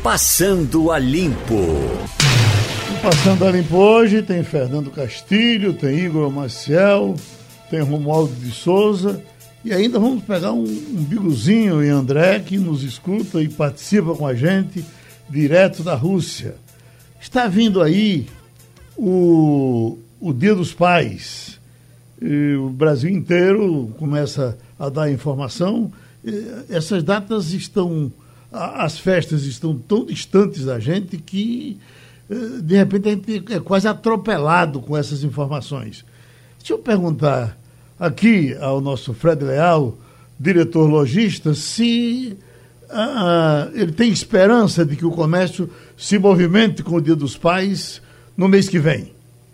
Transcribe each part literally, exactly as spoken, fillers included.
Passando a Limpo. Passando a Limpo hoje tem Fernando Castilho, tem Igor Maciel, tem Romualdo de Souza e ainda vamos pegar um, um bigozinho em André, que nos escuta e participa com a gente direto da Rússia. Está vindo aí o, o Dia dos Pais. E o Brasil inteiro começa a dar informação. E essas datas estão, as festas estão tão distantes da gente que de repente a gente é quase atropelado com essas informações. Deixa eu perguntar aqui ao nosso Fred Leal, diretor lojista, se ah, ele tem esperança de que o comércio se movimente com o Dia dos Pais no mês que vem.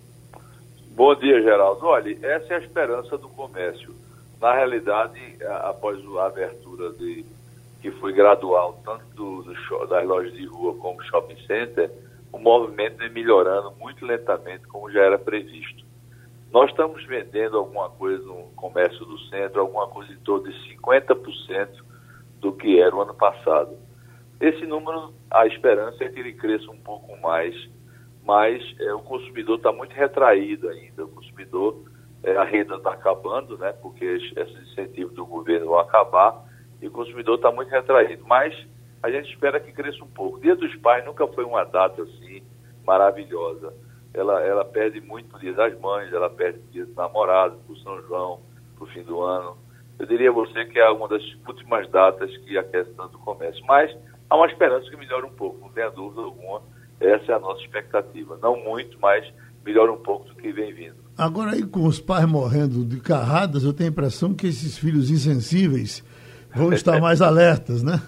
Bom dia, Geraldo. Olha, essa é a esperança do comércio. Na realidade, após a abertura de, que foi gradual, tanto do, do, das lojas de rua como do shopping center, o movimento vem melhorando muito lentamente, como já era previsto. Nós estamos vendendo alguma coisa no comércio do centro, alguma coisa em torno de cinquenta por cento do que era o ano passado. Esse número, a esperança é que ele cresça um pouco mais, mas é, o consumidor está muito retraído ainda. O consumidor, é, a renda está acabando, né, porque esses incentivos do governo vão acabar, e o consumidor está muito retraído. Mas a gente espera que cresça um pouco. Dia dos Pais nunca foi uma data assim maravilhosa. Ela, ela perde muito pro Dia das Mães, ela perde pro Dia dos Namorados, pro São João, pro fim do ano. Eu diria a você que é uma das últimas datas que aquece tanto o comércio. Mas há uma esperança que melhore um pouco, não tenha dúvida alguma. Essa é a nossa expectativa. Não muito, mas melhora um pouco do que vem vindo. Agora aí, com os pais morrendo de carradas, eu tenho a impressão que esses filhos insensíveis vão estar mais alertas, né?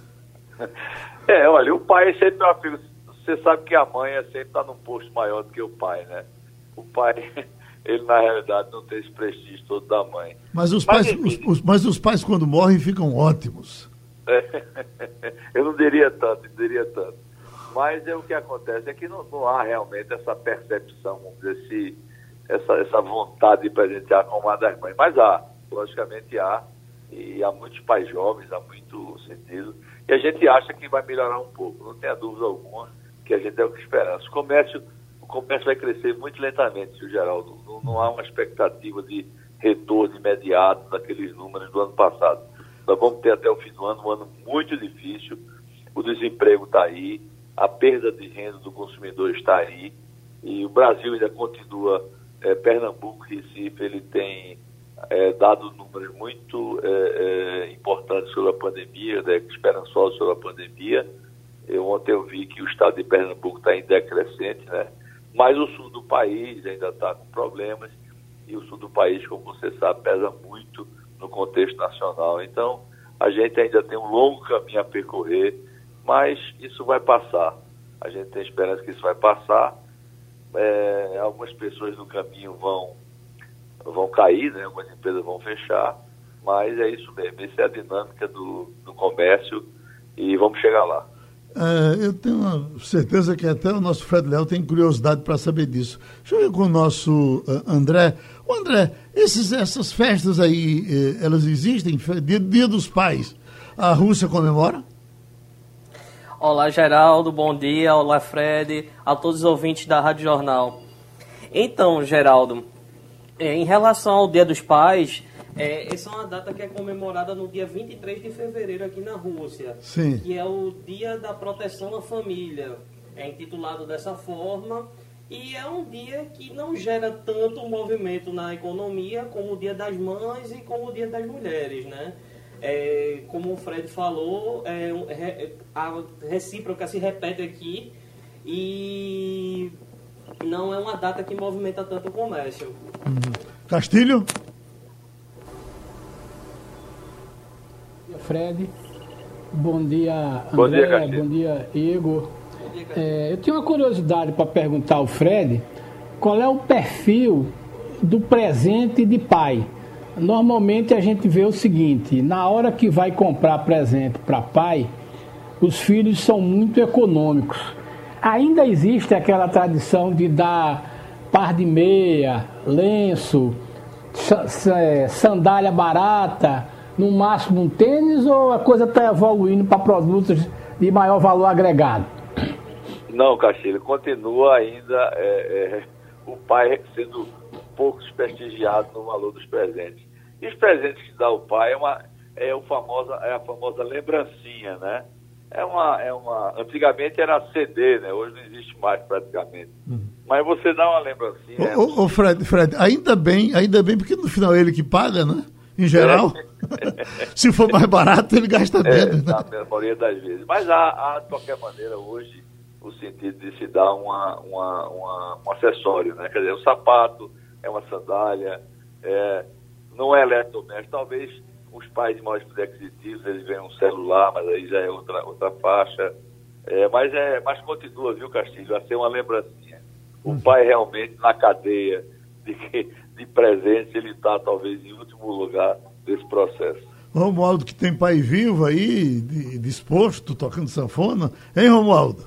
É, olha, o pai é sempre uma filha. Você sabe que a mãe sempre está num posto maior do que o pai, né? O pai, ele na realidade não tem esse prestígio todo da mãe. Mas os, mas, pais, os, os, mas os pais quando morrem ficam ótimos. É, eu não diria tanto, não diria tanto. Mas é o que acontece, é que não, não há realmente essa percepção, vamos dizer, esse, essa, essa vontade de presentear como a das mães. Mas há, logicamente há, e há muitos pais jovens, há muito sentido. E a gente acha que vai melhorar um pouco, não tenha dúvida alguma, que a gente é o que esperamos. O comércio, o comércio vai crescer muito lentamente, senhor Geraldo. Não, não há uma expectativa de retorno imediato daqueles números do ano passado. Nós vamos ter até o fim do ano um ano muito difícil, o desemprego está aí, a perda de renda do consumidor está aí, e o Brasil ainda continua, é, Pernambuco, Recife, ele tem É, dado números muito é, é, importantes sobre a pandemia, né, esperançosos sobre a pandemia. Eu, ontem eu vi que o estado de Pernambuco está em decrescente, né? Mas o sul do país ainda está com problemas, e o sul do país, como você sabe, pesa muito no contexto nacional. Então, a gente ainda tem um longo caminho a percorrer, mas isso vai passar. A gente tem esperança que isso vai passar. É, algumas pessoas no caminho vão vão cair, né? Algumas empresas vão fechar, mas é isso mesmo, essa é a dinâmica do, do comércio e vamos chegar lá. É, eu tenho certeza que até o nosso Fred Leal tem curiosidade para saber disso. Deixa eu ir com o nosso uh, André. O André, esses, essas festas aí, eh, elas existem? Dia, Dia dos Pais, a Rússia comemora? Olá, Geraldo, bom dia. Olá, Fred, a todos os ouvintes da Rádio Jornal. Então, Geraldo, em relação ao Dia dos Pais, é, essa é uma data que é comemorada no dia vinte e três de fevereiro aqui na Rússia. Sim. Que é o Dia da Proteção à Família. É intitulado dessa forma e é um dia que não gera tanto movimento na economia como o Dia das Mães e como o Dia das Mulheres, né? É, como o Fred falou, é, é, a recíproca se repete aqui e não é uma data que movimenta tanto o comércio. Castilho? Bom dia, Fred. Bom dia, André. Bom dia, Castilho. Bom dia, Igor. Bom dia, é, eu tenho uma curiosidade para perguntar ao Fred qual é o perfil do presente de pai. Normalmente a gente vê o seguinte: na hora que vai comprar presente para pai, os filhos são muito econômicos. Ainda existe aquela tradição de dar par de meia, lenço, sandália barata, no máximo um tênis, ou a coisa está evoluindo para produtos de maior valor agregado? Não, Castilho, continua ainda é, é, o pai sendo um pouco desprestigiado no valor dos presentes. E os presentes que dá o pai é, uma, é, o famosa, é a famosa lembrancinha, né? É uma, é uma, antigamente era C D, né? Hoje não existe mais praticamente. Hum. Mas você dá uma lembrancinha. Ô, ô, ô Fred, Fred, ainda bem, ainda bem, porque no final é ele que paga, né? Em geral. É. Se for mais barato, ele gasta menos. É, né? Na maioria das vezes. Mas há, há, de qualquer maneira, hoje, o sentido de se dar uma, uma, uma, um acessório, né? Quer dizer, o sapato, é uma sandália, é, não é eletrodoméstico, talvez os pais de maiores poder aquisitivos, eles veem um celular, mas aí já é outra, outra faixa. É, mas, é, mas continua, viu, Castilho, a ser uma lembrancinha. O pai realmente, na cadeia de, de presentes, ele está talvez em último lugar desse processo. Romualdo, que tem pai vivo aí, disposto, tocando sanfona. Hein, Romualdo?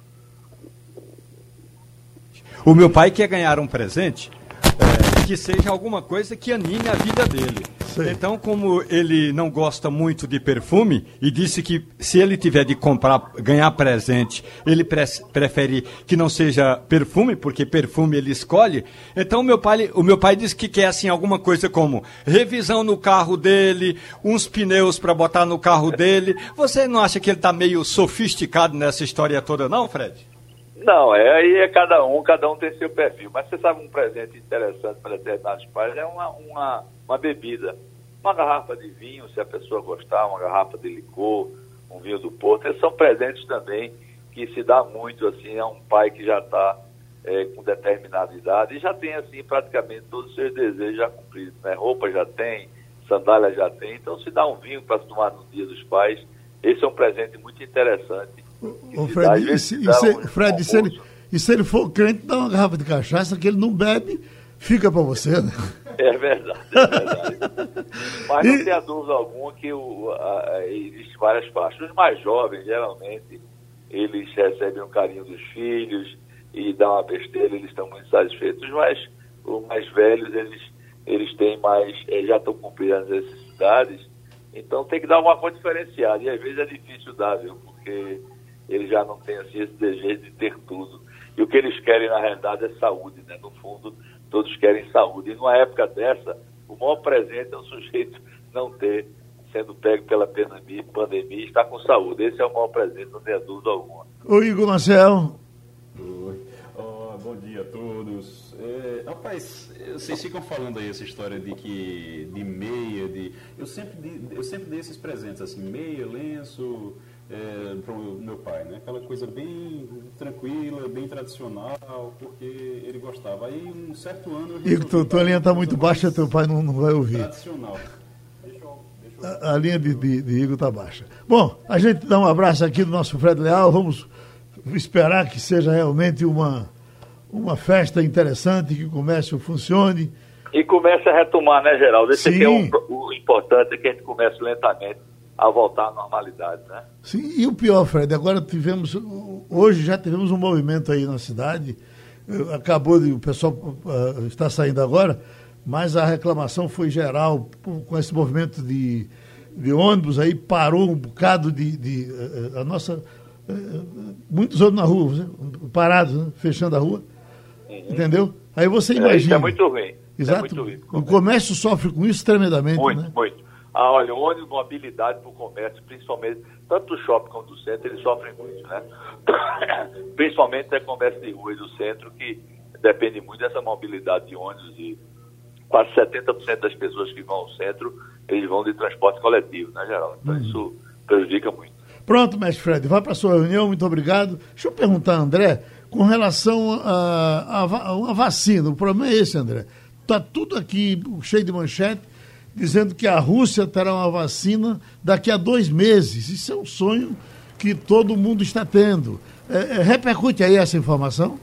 O meu pai quer ganhar um presente é, que seja alguma coisa que anime a vida dele. Sim. Então, como ele não gosta muito de perfume e disse que se ele tiver de comprar, ganhar presente, ele pre- prefere que não seja perfume, porque perfume ele escolhe. Então, meu pai, o meu pai disse que quer assim alguma coisa como revisão no carro dele, uns pneus para botar no carro dele. Você não acha que ele está meio sofisticado nessa história toda, não, Fred? Não, é, aí é cada um, cada um tem seu perfil. Mas você sabe, um presente interessante para determinados pais é uma, uma, uma bebida. Uma garrafa de vinho, se a pessoa gostar, uma garrafa de licor, um vinho do Porto. Esses são presentes também que se dá muito assim a um pai que já está é, com determinada idade e já tem assim praticamente todos os seus desejos já cumpridos, né? Roupa já tem, sandália já tem, então se dá um vinho para tomar no dia dos pais. Esse é um presente muito interessante. Ô, Fred, dá, e, se, e, se, um, Fred um se ele, e se ele for crente, dá uma garrafa de cachaça que ele não bebe, fica para você, né? É verdade, é verdade. Mas não e... tenha dúvida alguma que o, a, a, existe várias faixas. Os mais jovens, geralmente, eles recebem um carinho dos filhos e dão uma besteira, eles estão muito satisfeitos. Os mais, os mais velhos, eles, eles têm mais, eles já estão cumprindo as necessidades, então tem que dar uma coisa diferenciada. E às vezes é difícil dar, viu? Porque eles já não têm assim, esse desejo de ter tudo. E o que eles querem, na realidade, é saúde, né? No fundo, todos querem saúde. E numa época dessa, o maior presente é o sujeito não ter, sendo pego pela pandemia, pandemia e estar com saúde. Esse é o maior presente, não tenha dúvida alguma. Oi, Igor Marcel. Oi. Oh, bom dia a todos. É, rapaz, vocês ficam falando aí essa história de que de meia, de eu sempre, eu sempre dei esses presentes, assim, meia, lenço... É, para o meu pai, né? Aquela coisa bem tranquila, bem tradicional, porque ele gostava. Aí, um certo ano... Igor, tu, tua linha está muito baixa, teu pai não, não vai ouvir. Tradicional. Deixa eu, deixa eu... A, a linha de, de, de Igor está baixa. Bom, a gente dá um abraço aqui do nosso Fred Leal, vamos esperar que seja realmente uma, uma festa interessante, que o comércio funcione. E comece a retomar, né, Geraldo? Esse aqui é um, o importante, é que a gente comece lentamente a voltar à normalidade, né? Sim, e o pior, Fred, agora tivemos, hoje já tivemos um movimento aí na cidade, acabou de, o pessoal uh, está saindo agora, mas a reclamação foi geral, com esse movimento de, de ônibus aí, parou um bocado de, de uh, a nossa, uh, muitos ônibus na rua, né? Parados, né? Fechando a rua, uhum. Entendeu? Aí você imagina. É, isso é muito ruim. Exato. É muito ruim. O comércio sofre com isso tremendamente, muito, né? Muito, Ah, olha, o ônibus, mobilidade para o comércio, principalmente, tanto do shopping quanto do centro, eles sofrem muito, né? Principalmente é comércio de rua e do centro, que depende muito dessa mobilidade de ônibus, e quase setenta por cento das pessoas que vão ao centro, eles vão de transporte coletivo, né, Geraldo? Então, uhum. Isso prejudica muito. Pronto, mestre Fred, vai para a sua reunião, muito obrigado. Deixa eu perguntar, André, com relação a, a, a uma vacina, o problema é esse, André. Está tudo aqui cheio de manchete, dizendo que a Rússia terá uma vacina daqui a dois meses. Isso é um sonho que todo mundo está tendo. É, é, repercute aí essa informação?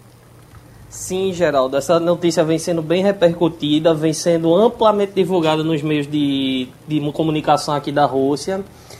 Sim, Geraldo. Essa notícia vem sendo bem repercutida, vem sendo amplamente divulgada nos meios de, de comunicação aqui da Rússia,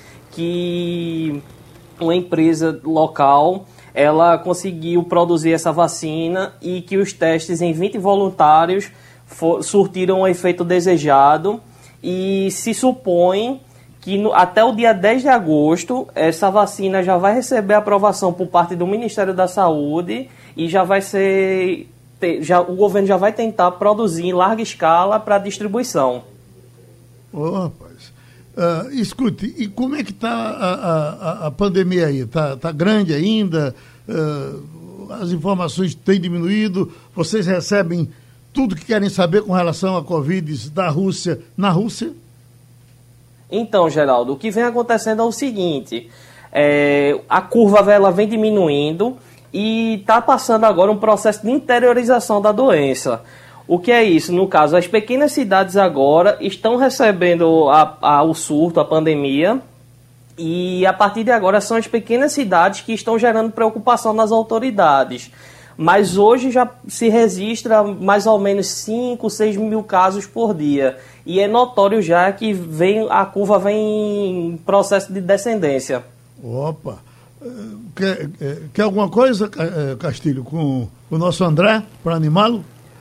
que uma empresa local ela conseguiu produzir essa vacina e que os testes em vinte voluntários for, surtiram o efeito desejado. E se supõe que no, até o dia dez de agosto, essa vacina já vai receber aprovação por parte do Ministério da Saúde e já vai ser... Já, o governo já vai tentar produzir em larga escala para distribuição. Ô, oh, rapaz. Uh, escute, e como é que está a, a, a pandemia aí? Está tá grande ainda? Uh, as informações têm diminuído? Vocês recebem tudo que querem saber com relação à Covid da Rússia na Rússia? Então, Geraldo, o que vem acontecendo é o seguinte, é, a curva ela vem diminuindo e está passando agora um processo de interiorização da doença. O que é isso? No caso, as pequenas cidades agora estão recebendo a, a, o surto, a pandemia, e a partir de agora são as pequenas cidades que estão gerando preocupação nas autoridades. Mas hoje já se registra mais ou menos cinco, seis mil casos por dia. E é notório já que vem, a curva vem em processo de descendência. Opa! Quer, quer alguma coisa, Castilho, com o nosso André, para animá-lo?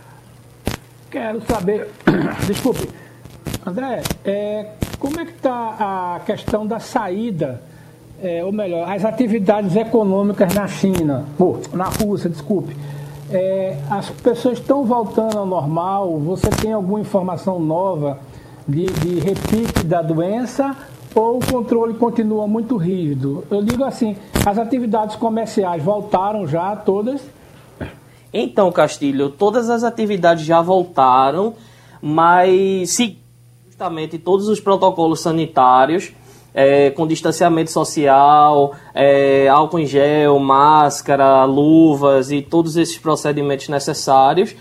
Quero saber, desculpe, André, é, como é que está a questão da saída, é, ou melhor, as atividades econômicas na China, ou na Rússia, desculpe. É, as pessoas estão voltando ao normal? Você tem alguma informação nova de, de repique da doença ou o controle continua muito rígido? Eu digo assim, as atividades comerciais voltaram já todas? Então, Castilho, todas as atividades já voltaram, mas se justamente todos os protocolos sanitários, é, com distanciamento social, é, álcool em gel, máscara, luvas e todos esses procedimentos necessários.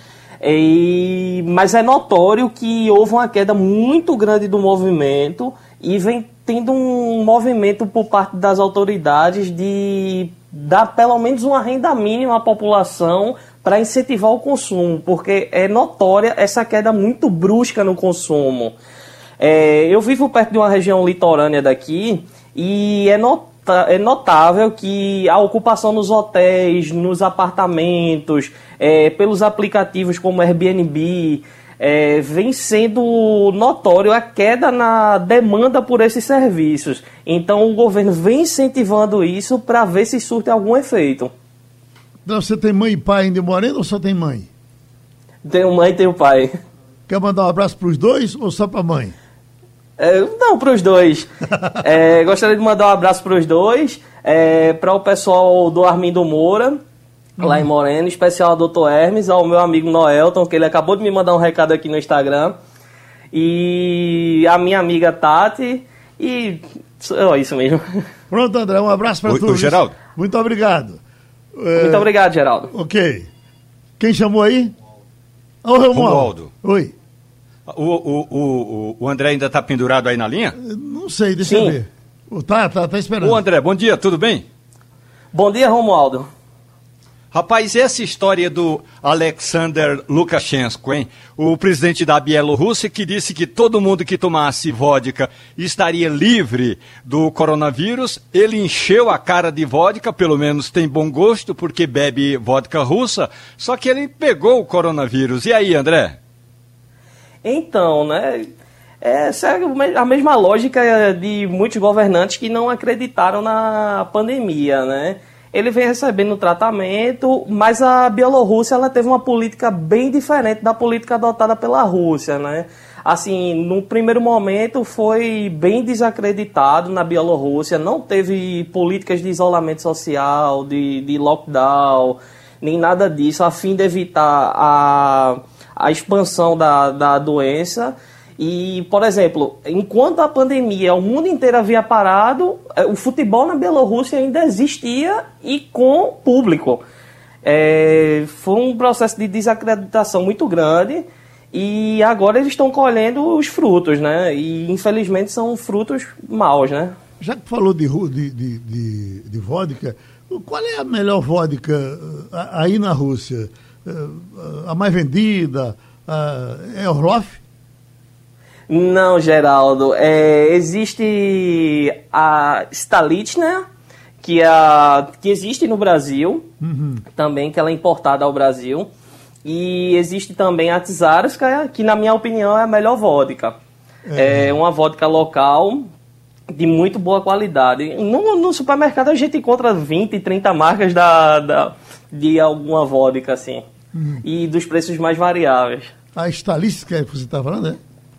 E, mas é notório que houve uma queda muito grande do movimento e vem tendo um movimento por parte das autoridades de dar pelo menos uma renda mínima à população para incentivar o consumo, porque é notória essa queda muito brusca no consumo. É, eu vivo perto de uma região litorânea daqui e é, nota, é notável que a ocupação nos hotéis, nos apartamentos, é, pelos aplicativos como Airbnb, é, vem sendo notório a queda na demanda por esses serviços. Então o governo vem incentivando isso para ver se surte algum efeito. Então, você tem mãe e pai ainda morando ou só tem mãe? Tenho mãe e tenho pai. Quer mandar um abraço para os dois ou só para a mãe? É, não, para os dois. é, gostaria de mandar um abraço para os dois, é, para o pessoal do Armindo Moura, uhum. lá em Moreno, em especial ao doutor Hermes, ao meu amigo Noelton, que ele acabou de me mandar um recado aqui no Instagram, e a minha amiga Tati, e é isso mesmo. Pronto, André, um abraço para todos. Geraldo. Muito obrigado. Muito é... obrigado, Geraldo. Ok. Quem chamou aí? Ô, Romualdo. Romualdo. Oi. O, o, o, o André ainda está pendurado aí na linha? Não sei, deixa Sim. eu ver. Tá, tá, tá esperando. Ô, André, bom dia, tudo bem? Bom dia, Romualdo. Rapaz, essa história do Alexander Lukashenko, hein? O presidente da Bielorrússia, que disse que todo mundo que tomasse vodka estaria livre do coronavírus. Ele encheu a cara de vodka, pelo menos tem bom gosto, porque bebe vodka russa, só que ele pegou o coronavírus. E aí, André? Então, né? Essa é a mesma lógica de muitos governantes que não acreditaram na pandemia, né? Ele vem recebendo tratamento, mas a Bielorrússia ela teve uma política bem diferente da política adotada pela Rússia, né? Assim, no primeiro momento foi bem desacreditado na Bielorrússia, não teve políticas de isolamento social, de, de lockdown, nem nada disso, a fim de evitar a, a expansão da, da doença. E, por exemplo, enquanto a pandemia, o mundo inteiro havia parado, o futebol na Bielorrússia ainda existia e com público. É, foi um processo de desacreditação muito grande e agora eles estão colhendo os frutos, né? E, infelizmente, são frutos maus, né? Já que falou de, de, de, de, de vodka, qual é a melhor vodka aí na Rússia? A mais vendida? É Orloff? Não, Geraldo. É, existe a Stalitner, que, é a, que existe no Brasil, uhum. também, que ela é importada ao Brasil. E existe também a Tsarskaya, que, na minha opinião, é a melhor vodka. É, é uma vodka local de muito boa qualidade. No, no supermercado a gente encontra vinte, trinta marcas da, da, de alguma vodka, assim. Uhum. E dos preços mais variáveis. A estalística que você está falando,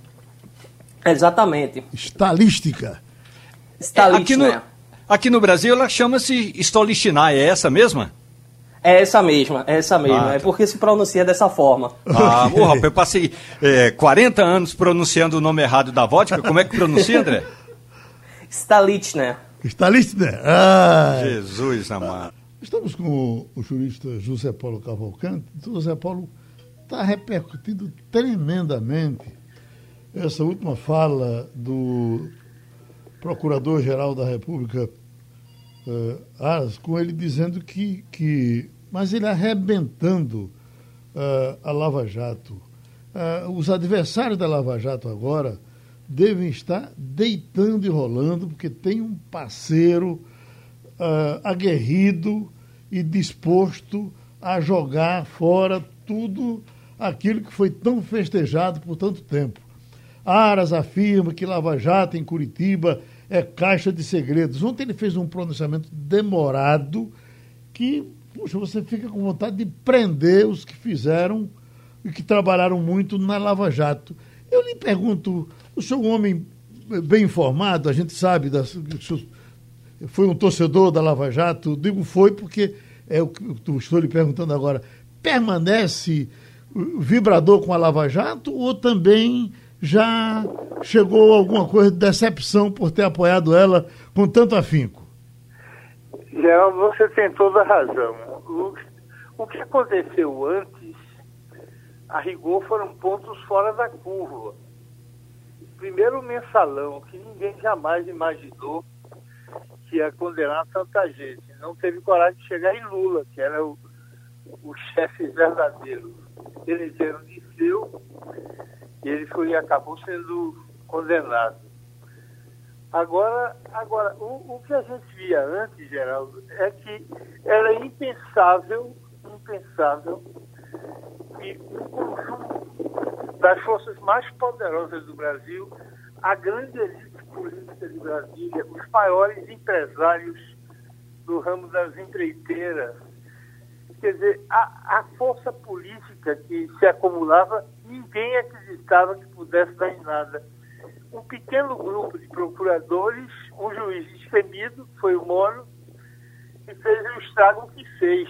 é? Exatamente. Estalística. É, aqui, no, aqui no Brasil ela chama-se Stolichnaya, é essa mesma? É essa mesma, é essa mesma. Ah, tá. É porque se pronuncia dessa forma. Ah, okay. Porra, eu passei é, quarenta anos pronunciando o nome errado da vodka. Como é que pronuncia, André? Stalichner. Stalichner. Ah, Jesus amado. Estamos com o, o jurista José Paulo Cavalcante. José Paulo, está repercutindo tremendamente essa última fala do Procurador-Geral da República, uh, Aras, com ele dizendo que, que... Mas ele arrebentando uh, a Lava Jato. Uh, os adversários da Lava Jato agora devem estar deitando e rolando, porque tem um parceiro uh, aguerrido e disposto a jogar fora tudo aquilo que foi tão festejado por tanto tempo. Aras afirma que Lava Jato em Curitiba é caixa de segredos. Ontem ele fez um pronunciamento demorado que, puxa, você fica com vontade de prender os que fizeram e que trabalharam muito na Lava Jato. Eu lhe pergunto, o senhor é um homem bem informado, a gente sabe, das, foi um torcedor da Lava Jato, digo foi porque é o que eu estou lhe perguntando agora, permanece vibrador com a Lava Jato ou também já chegou alguma coisa de decepção por ter apoiado ela com tanto afinco? Geraldo, você tem toda a razão. O, o que aconteceu antes, a rigor, foram pontos fora da curva. Primeiro, o mensalão, que ninguém jamais imaginou que ia condenar tanta gente. Não teve coragem de chegar em Lula, que era o, o chefe verdadeiro. Elegeram de seu e ele foi, acabou sendo condenado. Agora, agora o, o que a gente via antes, Geraldo, é que era impensável, impensável que um conjunto das forças mais poderosas do Brasil, a grande elite política de Brasília, os maiores empresários do ramo das empreiteiras, quer dizer, a, a força política que se acumulava, ninguém acreditava que pudesse dar em nada. Um pequeno grupo de procuradores, um juiz destemido, foi o Moro, que fez o estrago que fez.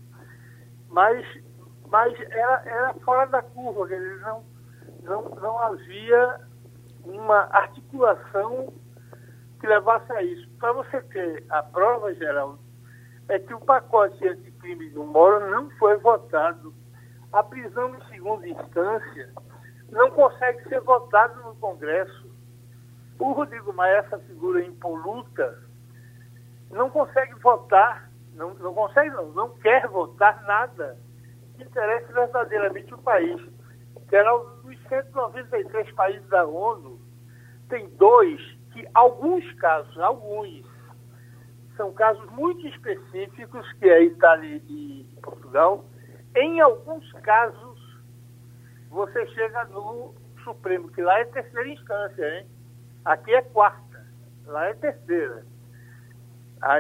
Mas, mas era, era fora da curva, quer dizer, não, não, não havia uma articulação que levasse a isso. Para você ter a prova, Geraldo, é que o pacote anticrime do Moro não foi votado. A prisão em segunda instância não consegue ser votada no Congresso. O Rodrigo Maia, essa figura impoluta, não consegue votar, não, não consegue não, não quer votar nada que interesse verdadeiramente o país. Que era dos cento e noventa e três países da ONU, tem dois que, alguns casos, alguns, são casos muito específicos, que é a Itália e Portugal. Em alguns casos, você chega no Supremo, que lá é terceira instância, hein? Aqui é quarta, lá é terceira. A,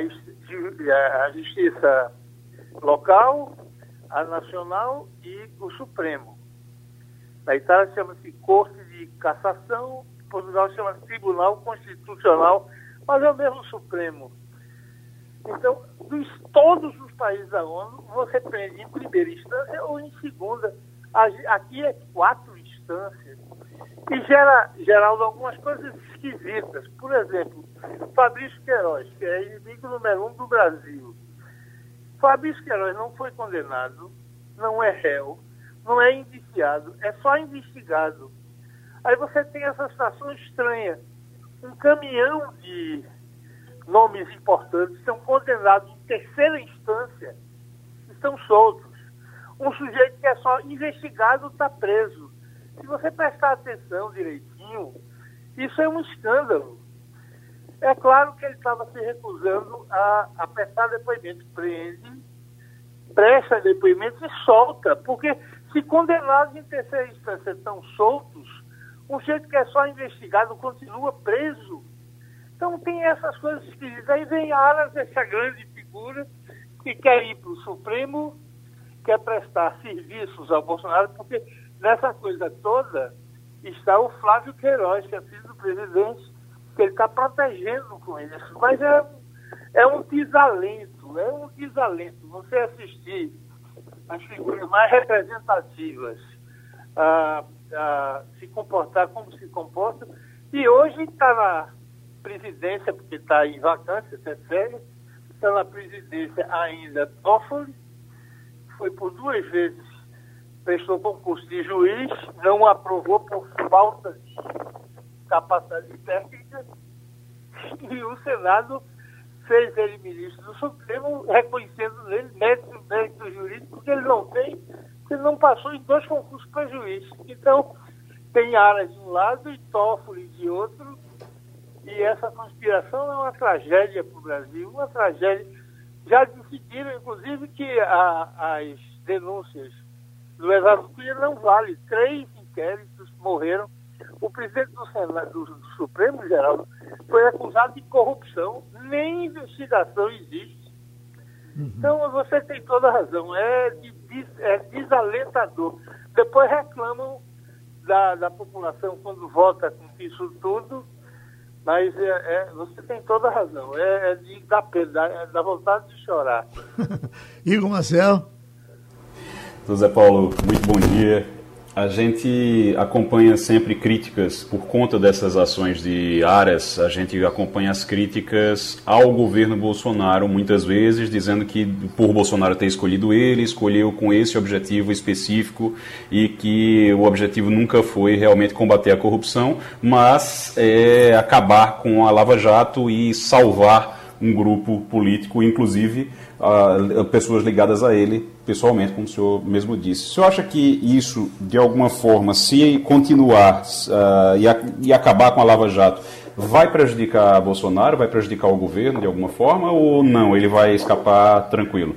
a justiça local, a nacional e o Supremo. Na Itália chama-se Corte de Cassação, em Portugal chama-se Tribunal Constitucional, mas é o mesmo Supremo. Então, dos todos os países da ONU, você prende em primeira instância ou em segunda. Aqui é quatro instâncias. E gera, Geraldo, algumas coisas esquisitas. Por exemplo, Fabrício Queiroz, que é inimigo número um do Brasil. Fabrício Queiroz não foi condenado, não é réu, não é indiciado, é só investigado. Aí você tem essa situação estranha. Um caminhão de nomes importantes são condenados em terceira instância, estão soltos. Um sujeito que é só investigado está preso. Se você prestar atenção direitinho, isso é um escândalo. É claro que ele estava se recusando a, a prestar depoimento. Prende, presta depoimento e solta. Porque se condenados em terceira instância estão soltos, um sujeito que é só investigado continua preso. Então tem essas coisas esquisitas. Aí vem Aras, essa grande figura, que quer ir para o Supremo, quer prestar serviços ao Bolsonaro, porque nessa coisa toda está o Flávio Queiroz, que é filho do presidente, que ele está protegendo com isso. Mas é, é um desalento, é um desalento. Você assistir as figuras mais representativas a, a se comportar como se comportam, e hoje está na presidência, porque está em vacância, isso é sério, está na presidência ainda Toffoli, foi por duas vezes, prestou concurso de juiz, não aprovou por falta de capacidade técnica, e o Senado fez ele ministro do Supremo, reconhecendo nele mérito, mérito jurídico que ele não tem, porque ele não passou em dois concursos para juiz. Então, tem Aras de um lado e Toffoli de outro, e essa conspiração é uma tragédia para o Brasil, uma tragédia. Já decidiram, inclusive, que a, as denúncias do Eduardo Cunha não valem. Três inquéritos morreram. O presidente do Senado, do, do Supremo, Geraldo, foi acusado de corrupção. Nem investigação existe. Uhum. Então, você tem toda a razão. É, de, é desalentador. Depois reclamam da, da população quando vota com isso tudo. Mas é, é, você tem toda a razão. É, é de dar pena, é da vontade de chorar. Igor Marcel. José Paulo, muito bom dia. A gente acompanha sempre críticas por conta dessas ações de Aras. A gente acompanha as críticas ao governo Bolsonaro, muitas vezes, dizendo que por Bolsonaro ter escolhido ele, escolheu com esse objetivo específico e que o objetivo nunca foi realmente combater a corrupção, mas é, acabar com a Lava Jato e salvar um grupo político, inclusive uh, pessoas ligadas a ele pessoalmente, como o senhor mesmo disse. O senhor acha que isso, de alguma forma, se continuar uh, e, a, e acabar com a Lava Jato, vai prejudicar Bolsonaro, vai prejudicar o governo de alguma forma, ou não? Ele vai escapar tranquilo?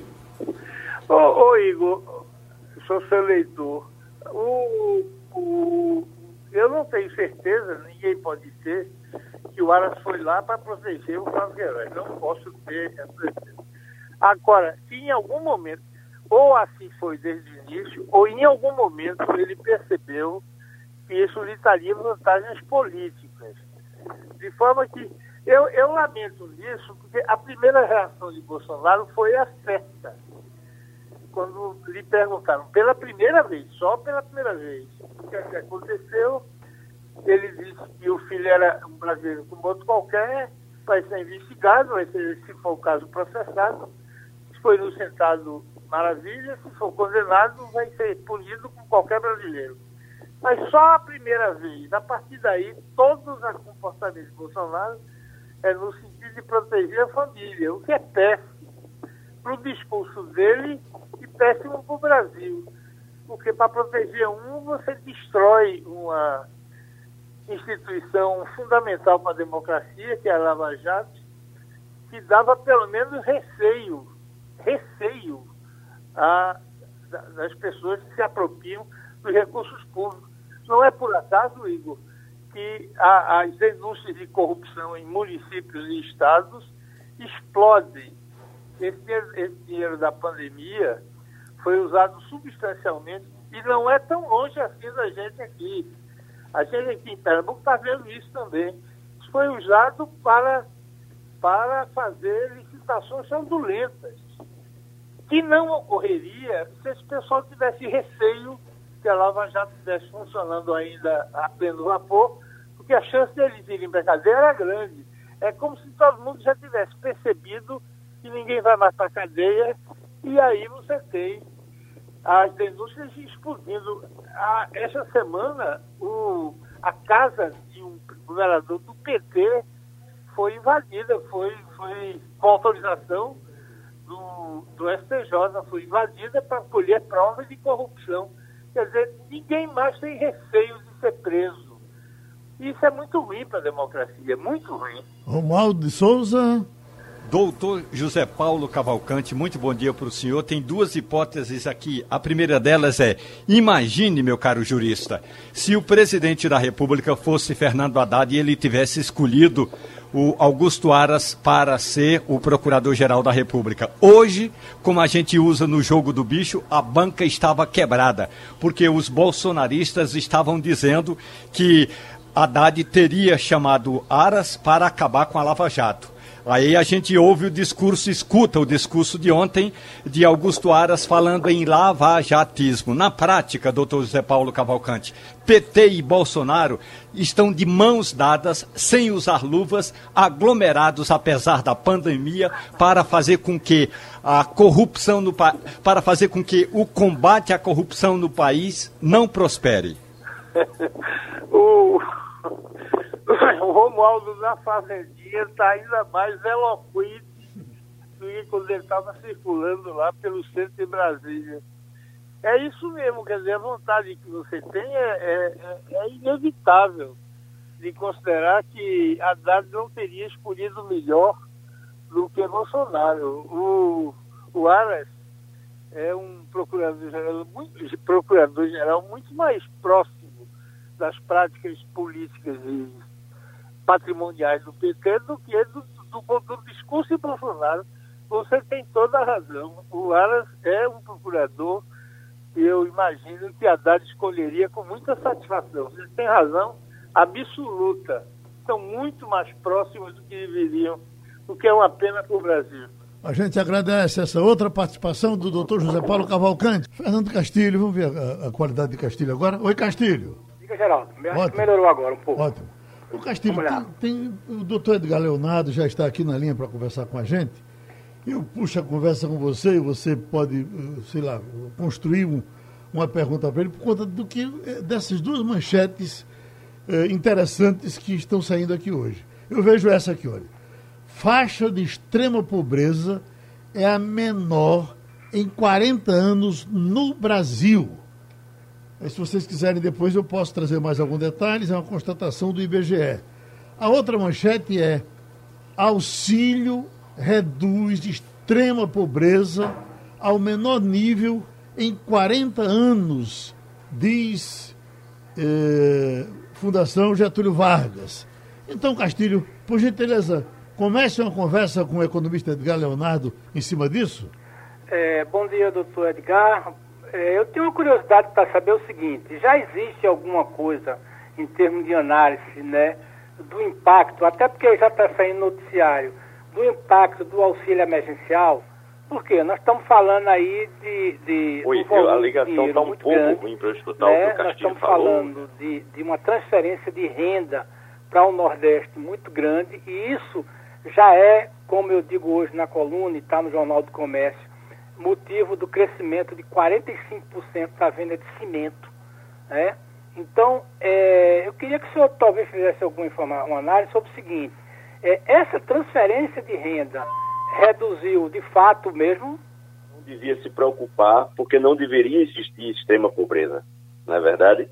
Ô, ô Igor, sou seu leitor. O, o, eu não tenho certeza, ninguém pode ter, que o Aras foi lá para proteger o Flávio Queiroz. Não posso ter essa certeza. Agora, se em algum momento, ou assim foi desde o início, ou em algum momento ele percebeu que isso lhe traria vantagens políticas. De forma que, eu, eu lamento nisso, porque a primeira reação de Bolsonaro foi a certa. Quando lhe perguntaram, pela primeira vez, só pela primeira vez, o que, é que aconteceu, ele disse que o filho era um brasileiro como outro qualquer, vai ser investigado, vai ser, se for o caso, processado. Se for inocentado, maravilha. Se for condenado, vai ser punido como qualquer brasileiro. Mas só a primeira vez. A partir daí, todos os comportamentos de Bolsonaro é no sentido de proteger a família, o que é péssimo para o discurso dele e péssimo para o Brasil. Porque para proteger um, você destrói uma instituição fundamental para a democracia, que é a Lava Jato, que dava pelo menos receio, receio a, das pessoas que se apropriam dos recursos públicos. Não é por acaso, Igor, que a, as denúncias de corrupção em municípios e estados explodem. Esse dinheiro, esse dinheiro da pandemia foi usado substancialmente e não é tão longe assim da gente aqui. A gente aqui em Pernambuco está vendo isso também. Isso foi usado para, para fazer licitações fraudulentas, que não ocorreria se esse pessoal tivesse receio que a Lava Jato estivesse funcionando ainda a pleno vapor, porque a chance deles irem para a cadeia era grande. É como se todo mundo já tivesse percebido que ninguém vai mais para a cadeia, e aí você tem as denúncias explodindo. Ah, essa semana, o, a casa de um governador do P T foi invadida, foi, foi com autorização do, do S T J, foi invadida para colher provas de corrupção. Quer dizer, ninguém mais tem receio de ser preso. Isso é muito ruim para a democracia, muito ruim. Romualdo de Souza. Doutor José Paulo Cavalcante, muito bom dia para o senhor. Tem duas hipóteses aqui. A primeira delas é, imagine, meu caro jurista, se o presidente da República fosse Fernando Haddad e ele tivesse escolhido o Augusto Aras para ser o Procurador-Geral da República. Hoje, como a gente usa no jogo do bicho, a banca estava quebrada, porque os bolsonaristas estavam dizendo que Haddad teria chamado Aras para acabar com a Lava Jato. Aí a gente ouve o discurso, escuta o discurso de ontem de Augusto Aras falando em lavajatismo. Na prática, doutor José Paulo Cavalcante, P T e Bolsonaro estão de mãos dadas, sem usar luvas, aglomerados apesar da pandemia, para fazer com que a corrupção no pa... para fazer com que o combate à corrupção no país não prospere. o... O Romualdo na Fazendinha está ainda mais eloquente do que quando ele estava circulando lá pelo centro de Brasília. É isso mesmo, quer dizer, a vontade que você tem é, é, é inevitável de considerar que Haddad não teria escolhido melhor do que Bolsonaro. O, o Aras é um procurador-geral muito, procurador-geral muito mais próximo das práticas políticas e patrimoniais do P T do que do, do, do discurso de Bolsonaro. Você tem toda a razão. O Aras é um procurador que eu imagino que Haddad escolheria com muita satisfação. Você tem razão absoluta. São muito mais próximos do que deveriam, o que é uma pena para o Brasil. A gente agradece essa outra participação do doutor José Paulo Cavalcante. Fernando Castilho, vamos ver a, a qualidade de Castilho agora. Oi, Castilho. Diga, Geraldo. Acho que melhorou agora um pouco. Ótimo. O Castilho, tem, tem, o doutor Edgar Leonardo já está aqui na linha para conversar com a gente. Eu puxo a conversa com você e você pode, sei lá, construir um, uma pergunta para ele por conta do que, dessas duas manchetes eh, interessantes que estão saindo aqui hoje. Eu vejo essa aqui, olha. Faixa de extrema pobreza é a menor em quarenta anos no Brasil. Aí, se vocês quiserem depois eu posso trazer mais algum detalhe, é uma constatação do I B G E. A outra manchete é: auxílio reduz extrema pobreza ao menor nível em quarenta anos, diz eh, Fundação Getúlio Vargas. Então, Castilho, por gentileza, comece uma conversa com o economista Edgar Leonardo em cima disso. É, bom dia, doutor Edgar. É, eu tenho uma curiosidade para saber o seguinte: já existe alguma coisa em termos de análise, né, do impacto, até porque já está saindo noticiário, do impacto do auxílio emergencial? Porque nós estamos falando aí de... de Oi, um a ligação está um pouco grande, ruim para eu escutar, né, o que o Castilho nós estamos falou. falando de, de uma transferência de renda para o Nordeste muito grande, e isso já é, como eu digo hoje na coluna e está no Jornal do Comércio, motivo do crescimento de quarenta e cinco por cento da venda de cimento, né? Então, é, eu queria que o senhor talvez fizesse alguma informa- uma análise sobre o seguinte: é, essa transferência de renda reduziu de fato mesmo? Não devia se preocupar, porque não deveria existir extrema pobreza, não é verdade?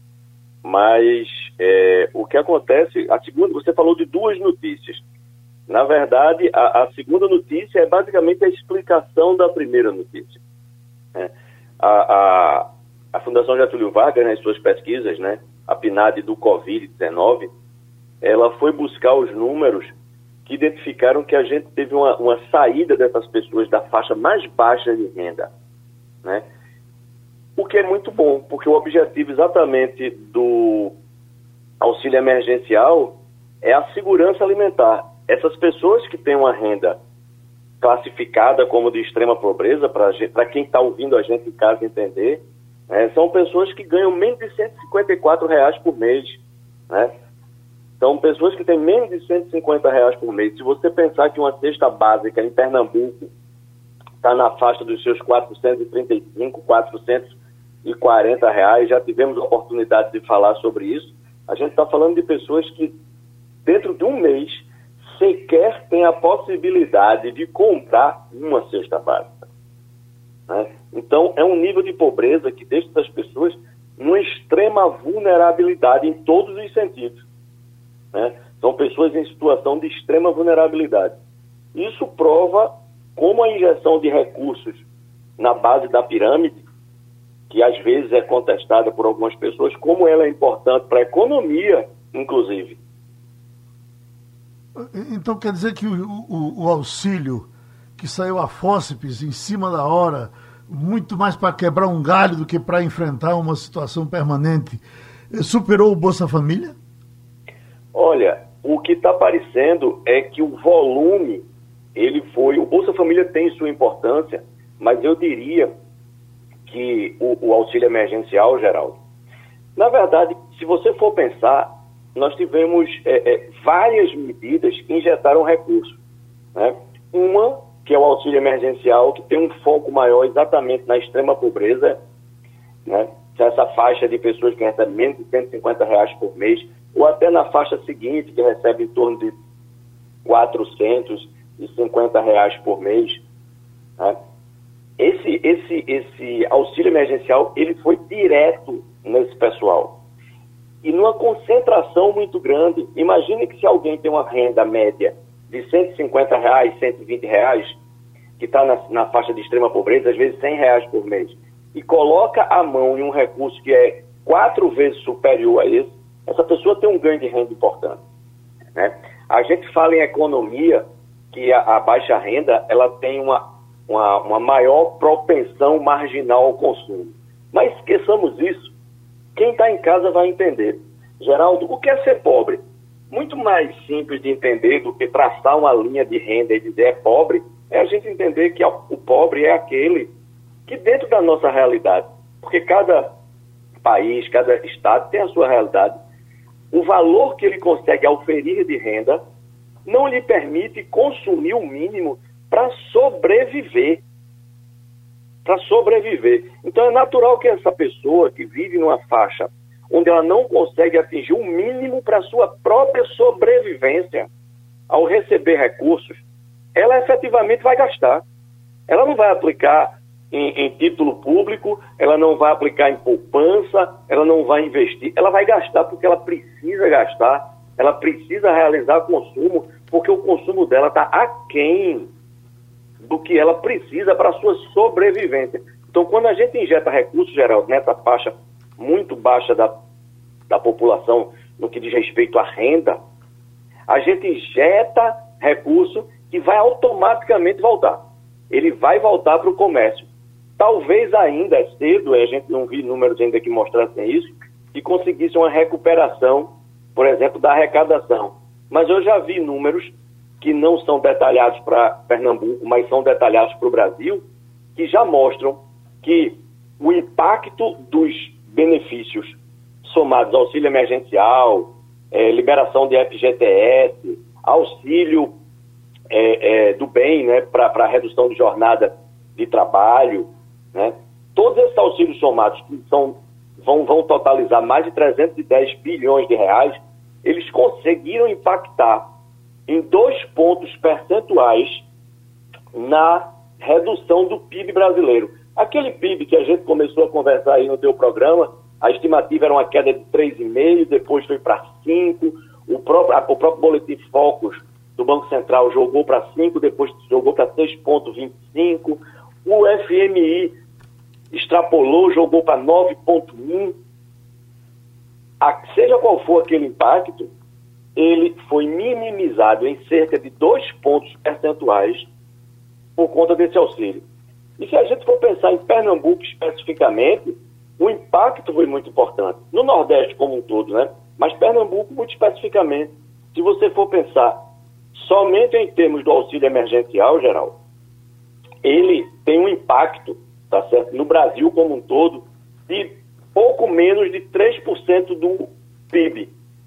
Mas é, o que acontece, a segunda, você falou de duas notícias. Na verdade, a, a segunda notícia é basicamente a explicação da primeira notícia. É, a, a, a Fundação Getúlio Vargas, nas suas pesquisas, né, a P N A D do covid dezenove, ela foi buscar os números que identificaram que a gente teve uma, uma saída dessas pessoas da faixa mais baixa de renda, né? O que é muito bom, porque o objetivo exatamente do auxílio emergencial é a segurança alimentar. Essas pessoas que têm uma renda classificada como de extrema pobreza, para quem está ouvindo a gente em casa entender, né, são pessoas que ganham menos de cento e cinquenta e quatro reais por mês, né? São pessoas que têm menos de cento e cinquenta reais por mês. Se você pensar que uma cesta básica em Pernambuco está na faixa dos seus quatrocentos e trinta e cinco, quatrocentos e quarenta reais, já tivemos a oportunidade de falar sobre isso, a gente está falando de pessoas que dentro de um mês sequer têm a possibilidade de comprar uma cesta básica, né? Então é um nível de pobreza que deixa essas pessoas numa extrema vulnerabilidade em todos os sentidos, né? São pessoas em situação de extrema vulnerabilidade. Isso prova como a injeção de recursos na base da pirâmide, que às vezes é contestada por algumas pessoas, como ela é importante para a economia, inclusive. Então quer dizer que o, o, o auxílio que saiu a fósseis em cima da hora, muito mais para quebrar um galho do que para enfrentar uma situação permanente, superou o Bolsa Família? Olha, o que está aparecendo é que o volume, ele foi... O Bolsa Família tem sua importância, mas eu diria que o, o auxílio emergencial, Geraldo, na verdade, se você for pensar, nós tivemos é, é, várias medidas que injetaram recursos, né? Uma, que é o auxílio emergencial, que tem um foco maior exatamente na extrema pobreza, né? Essa faixa de pessoas que recebem menos de cento e cinquenta reais por mês, ou até na faixa seguinte, que recebe em torno de quatrocentos e cinquenta reais por mês, né? Esse, esse, esse auxílio emergencial, ele foi direto nesse pessoal. E numa concentração muito grande. Imagine que se alguém tem uma renda média de cento e cinquenta reais, cento e vinte reais, que está na, na faixa de extrema pobreza, às vezes cem reais por mês, e coloca a mão em um recurso que é quatro vezes superior a esse, essa pessoa tem um ganho de renda importante, né? A gente fala em economia que a, a baixa renda ela tem uma, uma, uma maior propensão marginal ao consumo. Mas esqueçamos isso. Quem está em casa vai entender. Geraldo, o que é ser pobre? Muito mais simples de entender do que traçar uma linha de renda e dizer é pobre, é a gente entender que o pobre é aquele que dentro da nossa realidade, porque cada país, cada estado tem a sua realidade, o valor que ele consegue auferir de renda não lhe permite consumir o mínimo para sobreviver. Para sobreviver. Então é natural que essa pessoa que vive numa faixa onde ela não consegue atingir o mínimo para a sua própria sobrevivência, ao receber recursos, ela efetivamente vai gastar. Ela não vai aplicar em, em título público, ela não vai aplicar em poupança, ela não vai investir, ela vai gastar porque ela precisa gastar, ela precisa realizar consumo, porque o consumo dela está aquém do que ela precisa para a sua sobrevivência. Então, quando a gente injeta recursos, Geraldo, nessa faixa muito baixa da, da população, no que diz respeito à renda, a gente injeta recurso que vai automaticamente voltar. Ele vai voltar para o comércio. Talvez ainda é cedo, a gente não viu números ainda que mostrassem isso, que conseguisse uma recuperação, por exemplo, da arrecadação. Mas eu já vi números que não são detalhados para Pernambuco, mas são detalhados para o Brasil, que já mostram que o impacto dos benefícios somados ao auxílio emergencial, é, liberação de F G T S, auxílio é, é, do bem, né, para a redução de jornada de trabalho, né, todos esses auxílios somados, que são, vão, vão totalizar mais de trezentos e dez bilhões de reais, eles conseguiram impactar em dois pontos percentuais na redução do P I B brasileiro. Aquele P I B que a gente começou a conversar aí no teu programa, a estimativa era uma queda de três vírgula cinco por cento, depois foi para cinco por cento, o próprio, o próprio Boletim Focus do Banco Central jogou para cinco por cento, depois jogou para seis vírgula vinte e cinco por cento, o F M I extrapolou, jogou para nove vírgula um por cento. Seja qual for aquele impacto, ele foi minimizado em cerca de dois pontos percentuais por conta desse auxílio. E se a gente for pensar em Pernambuco especificamente, o impacto foi muito importante. No Nordeste como um todo, né? Mas Pernambuco muito especificamente. Se você for pensar somente em termos do auxílio emergencial, Geraldo, ele tem um impacto, tá certo, no Brasil como um todo, de pouco menos de três por cento do P I B,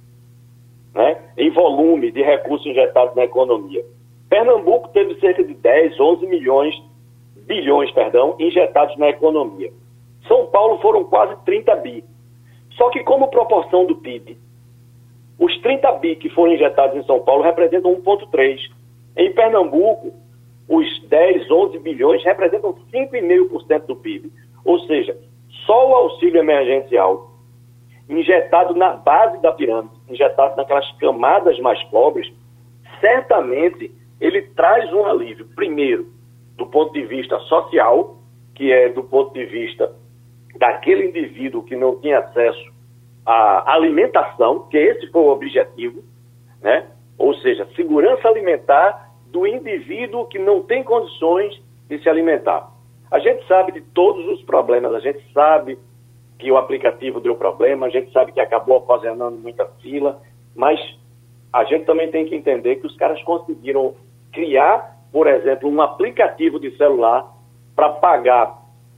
né, em volume de recursos injetados na economia. Pernambuco teve cerca de dez, onze milhões, bilhões, perdão, injetados na economia. São Paulo foram quase trinta bi. Só que como proporção do P I B, os trinta bi que foram injetados em São Paulo representam um vírgula três. Em Pernambuco, os dez, onze bilhões representam cinco vírgula cinco por cento do P I B. Ou seja, só o auxílio emergencial injetado na base da pirâmide, injetado naquelas camadas mais pobres, certamente ele traz um alívio, primeiro, do ponto de vista social, que é do ponto de vista daquele indivíduo que não tinha acesso à alimentação, que esse foi o objetivo, né? ou seja, segurança alimentar do indivíduo que não tem condições de se alimentar. A gente sabe de todos os problemas, a gente sabe que o aplicativo deu problema, a gente sabe que acabou ocasionando muita fila, mas a gente também tem que entender que os caras conseguiram criar, por exemplo, um aplicativo de celular para pagar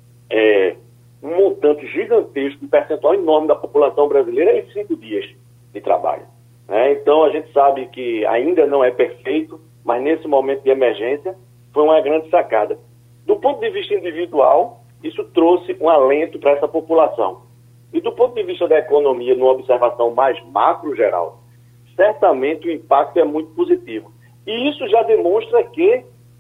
é, um montante gigantesco, um percentual enorme da população brasileira em cinco dias de trabalho. Né? Então a gente sabe que ainda não é perfeito, mas nesse momento de emergência foi uma grande sacada. Do ponto de vista individual, isso trouxe um alento para essa população. E do ponto de vista da economia, numa observação mais macro geral, certamente o impacto é muito positivo. E isso já demonstra que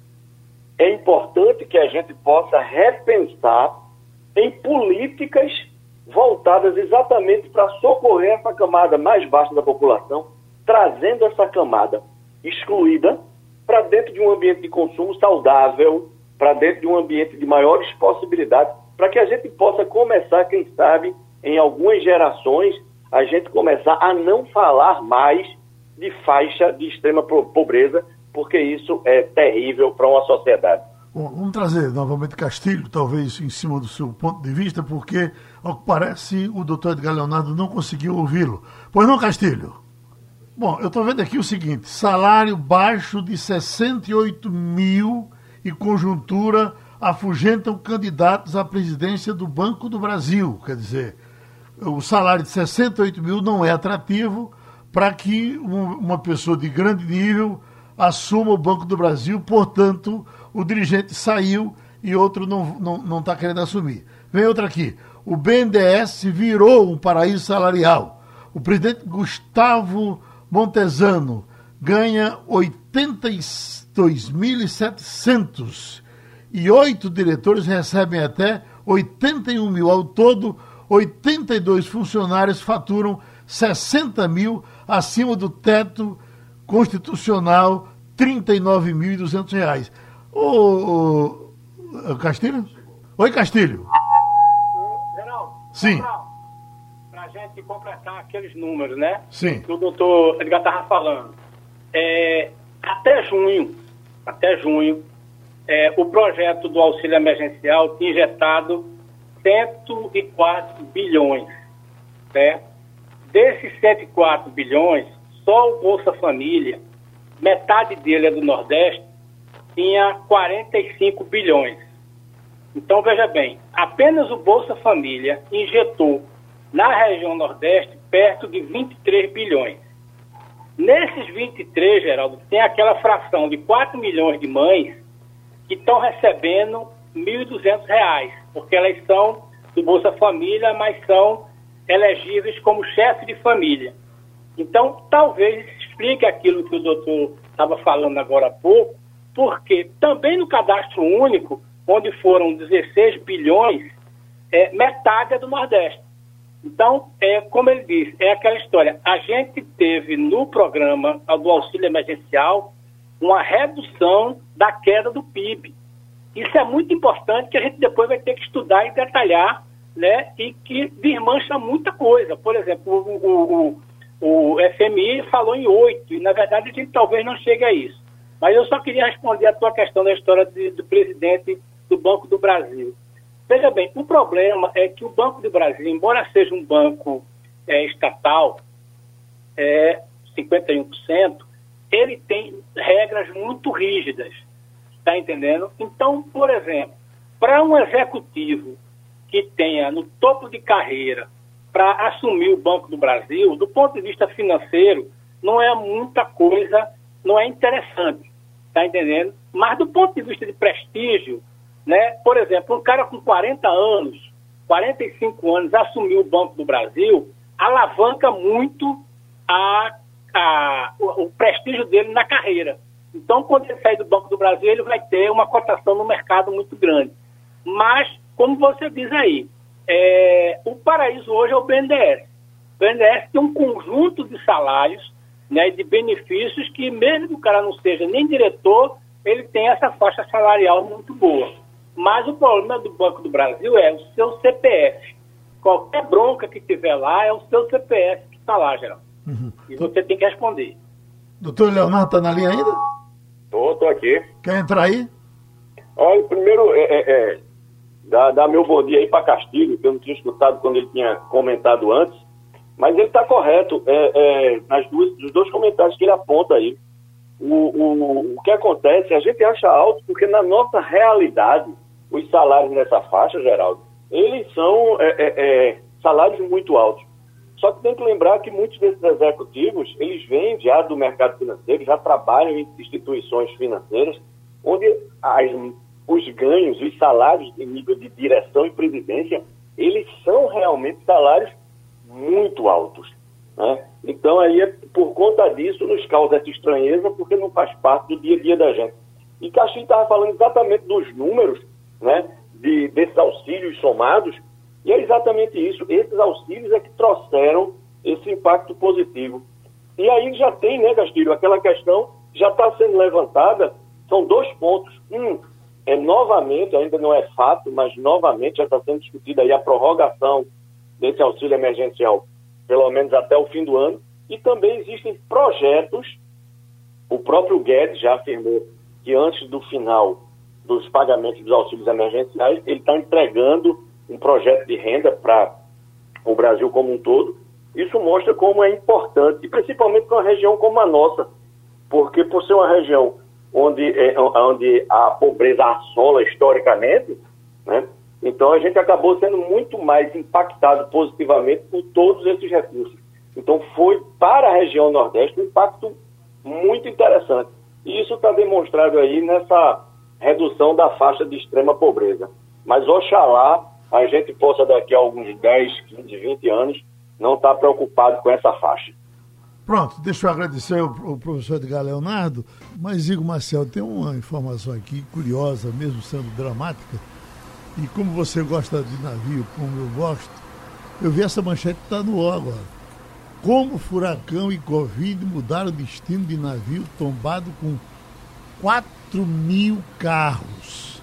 é importante que a gente possa repensar em políticas voltadas exatamente para socorrer essa camada mais baixa da população, trazendo essa camada excluída para dentro de um ambiente de consumo saudável, para dentro de um ambiente de maiores possibilidades, para que a gente possa começar, quem sabe, em algumas gerações, a gente começar a não falar mais de faixa de extrema pobreza, porque isso é terrível para uma sociedade. Bom, vamos trazer novamente Castilho, talvez em cima do seu ponto de vista, porque, ao que parece, o doutor Edgar Leonardo não conseguiu ouvi-lo. Pois não, Castilho? Bom, eu estou vendo aqui o seguinte, salário baixo de sessenta e oito mil e conjuntura afugentam candidatos à presidência do Banco do Brasil. Quer dizer, o salário de sessenta e oito mil não é atrativo para que uma pessoa de grande nível assuma o Banco do Brasil, portanto, o dirigente saiu e outro não está não, não tá querendo assumir. Vem outra aqui. O B N D E S virou um paraíso salarial. O presidente Gustavo Montesano ganha oitenta e dois mil e setecentos e oito diretores recebem até oitenta e um mil. Ao todo, oitenta e dois funcionários faturam sessenta mil acima do teto constitucional, trinta e nove mil e duzentos reais. Ô, ô, Castilho? Oi, Castilho. Geraldo. Sim. Para a gente completar aqueles números, né? Sim. Que o doutor Edgar estava falando. É, até junho, até junho, é, o projeto do auxílio emergencial tinha injetado cento e quatro bilhões. Né? Desses cento e quatro bilhões, só o Bolsa Família, metade dele é do Nordeste, tinha quarenta e cinco bilhões. Então, veja bem, apenas o Bolsa Família injetou na região Nordeste perto de vinte e três bilhões. Nesses vinte e três, Geraldo, tem aquela fração de quatro milhões de mães que estão recebendo mil e duzentos reais, porque elas são do Bolsa Família, mas são elegíveis como chefe de família. Então, talvez explique aquilo que o doutor estava falando agora há pouco, porque também no cadastro único, onde foram dezesseis bilhões, é, metade é do Nordeste. Então, é, como ele disse, é aquela história. A gente teve no programa do auxílio emergencial uma redução da queda do P I B. Isso é muito importante, que a gente depois vai ter que estudar e detalhar, né, e que desmancha muita coisa. Por exemplo, o, o, o, o F M I falou em oito, e na verdade a gente talvez não chegue a isso. Mas eu só queria responder a tua questão da história de, do presidente do Banco do Brasil. Veja bem, o problema é que o Banco do Brasil, embora seja um banco é, estatal, é, cinquenta e um por cento, ele tem regras muito rígidas, está entendendo? Então, por exemplo, para um executivo que tenha no topo de carreira para assumir o Banco do Brasil, do ponto de vista financeiro, não é muita coisa, não é interessante, está entendendo? Mas do ponto de vista de prestígio, né? Por exemplo, um cara com quarenta anos, quarenta e cinco anos, assumiu o Banco do Brasil, alavanca muito a, a, o, o prestígio dele na carreira. Então, quando ele sair do Banco do Brasil, ele vai ter uma cotação no mercado muito grande. Mas, como você diz aí, é, o paraíso hoje é o B N D E S. O B N D E S tem um conjunto de salários, né, de benefícios que, mesmo que o cara não seja nem diretor, ele tem essa faixa salarial muito boa. Mas o problema do Banco do Brasil é o seu C P F. Qualquer bronca que tiver lá é o seu C P F que está lá, Geraldo. Uhum. E você tem que responder. Doutor Leonardo está na linha ainda? Tô, tô aqui. Quer entrar aí? Olha, primeiro, é, é, é, dá, dá meu bom dia aí para Castilho, que eu não tinha escutado quando ele tinha comentado antes, mas ele está correto é, é, nas duas, nos dois comentários que ele aponta aí. O, o, o que acontece, a gente acha alto porque na nossa realidade, os salários nessa faixa, Geraldo, eles são é, é, é, salários muito altos. Só que tem que lembrar que muitos desses executivos, eles vêm já do mercado financeiro, já trabalham em instituições financeiras, onde as, os ganhos, os salários em nível de direção e presidência, eles são realmente salários muito altos, né? Então, aí, é, por conta disso, nos causa essa estranheza, porque não faz parte do dia a dia da gente. E Castilho estava falando exatamente dos números, né, de, desses auxílios somados, e é exatamente isso. Esses auxílios é que trouxeram esse impacto positivo. E aí já tem, né, Castilho, aquela questão já está sendo levantada, são dois pontos. Um, é novamente, ainda não é fato, mas novamente já está sendo discutida aí a prorrogação desse auxílio emergencial, pelo menos até o fim do ano. E também existem projetos, o próprio Guedes já afirmou que antes do final dos pagamentos dos auxílios emergenciais, ele está entregando um projeto de renda para o Brasil como um todo. Isso mostra como é importante, e principalmente para uma região como a nossa, porque por ser uma região onde, é, onde a pobreza assola historicamente, né, então a gente acabou sendo muito mais impactado positivamente por todos esses recursos. Então foi para a região Nordeste um impacto muito interessante. E isso está demonstrado aí nessa redução da faixa de extrema pobreza. Mas oxalá a gente possa daqui a alguns dez, quinze, vinte anos não estar preocupado com essa faixa. Pronto, deixa eu agradecer ao, ao professor Edgar Leonardo, mas Igor Marcel, tem uma informação aqui curiosa, mesmo sendo dramática, e como você gosta de navio, como eu gosto, eu vi essa manchete que está no O agora. Como furacão e Covid mudaram o destino de navio tombado com quatro mil carros.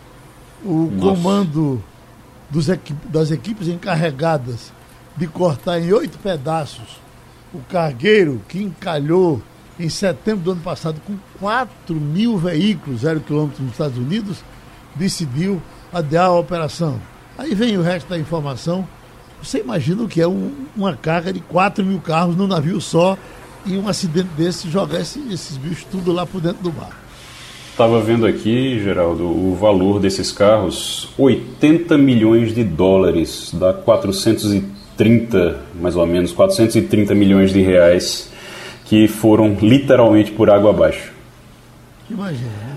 O Nossa. comando dos equi- das equipes encarregadas de cortar em oito pedaços o cargueiro que encalhou em setembro do ano passado com quatro mil veículos, zero quilômetros nos Estados Unidos, decidiu adiar a operação. Aí vem o resto da informação. Você imagina o que é um, uma carga de quatro mil carros num navio só e um acidente desse jogar esse, esses bichos tudo lá por dentro do mar. Estava vendo aqui, Geraldo, o valor desses carros, oitenta milhões de dólares, dá quatrocentos e trinta, mais ou menos, quatrocentos e trinta milhões de reais que foram literalmente por água abaixo. Imagina, né?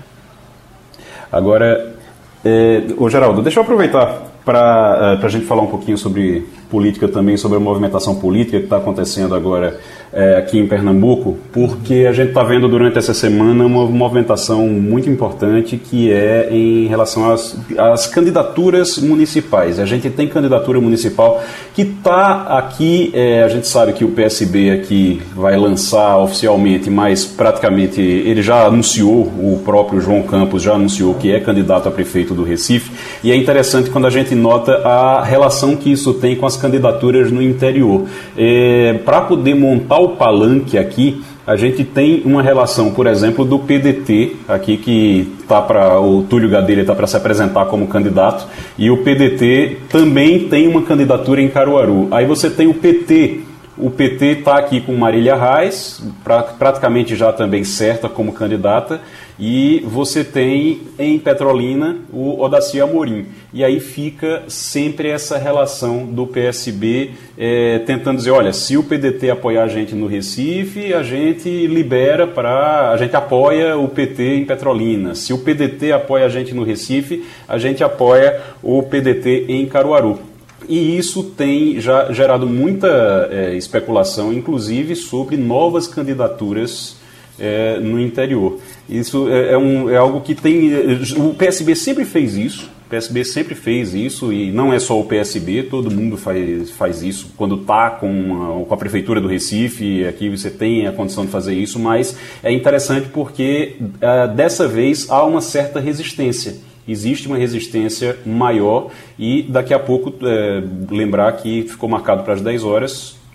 Agora, é, ô Geraldo, deixa eu aproveitar para uh, a gente falar um pouquinho sobre política também, sobre a movimentação política que está acontecendo agora é, aqui em Pernambuco, porque a gente está vendo durante essa semana uma movimentação muito importante que é em relação às, às candidaturas municipais. A gente tem candidatura municipal que está aqui, é, a gente sabe que o P S B aqui vai lançar oficialmente, mas praticamente ele já anunciou, o próprio João Campos já anunciou que é candidato a prefeito do Recife, e é interessante quando a gente nota a relação que isso tem com as candidaturas no interior. É, para poder montar o palanque aqui, a gente tem uma relação, por exemplo, do P D T, aqui que tá para o Túlio Gadelha está para se apresentar como candidato, e o P D T também tem uma candidatura em Caruaru. Aí você tem o P T, o P T está aqui com Marília Reis, pra, praticamente já também certa como candidata, e você tem em Petrolina o Odaci Amorim. E aí fica sempre essa relação do P S B é, tentando dizer, olha, se o P D T apoiar a gente no Recife, a gente libera para... a gente apoia o P T em Petrolina. Se o P D T apoia a gente no Recife, a gente apoia o P D T em Caruaru. E isso tem já gerado muita é, especulação, inclusive sobre novas candidaturas é, no interior. Isso é, é, um, é algo que tem... O P S B sempre fez isso, o P S B sempre fez isso, e não é só o P S B, todo mundo faz, faz isso. Quando está com, com a Prefeitura do Recife, aqui você tem a condição de fazer isso, mas é interessante porque uh, dessa vez há uma certa resistência. Existe uma resistência maior e daqui a pouco, é, lembrar que ficou marcado para as dez horas,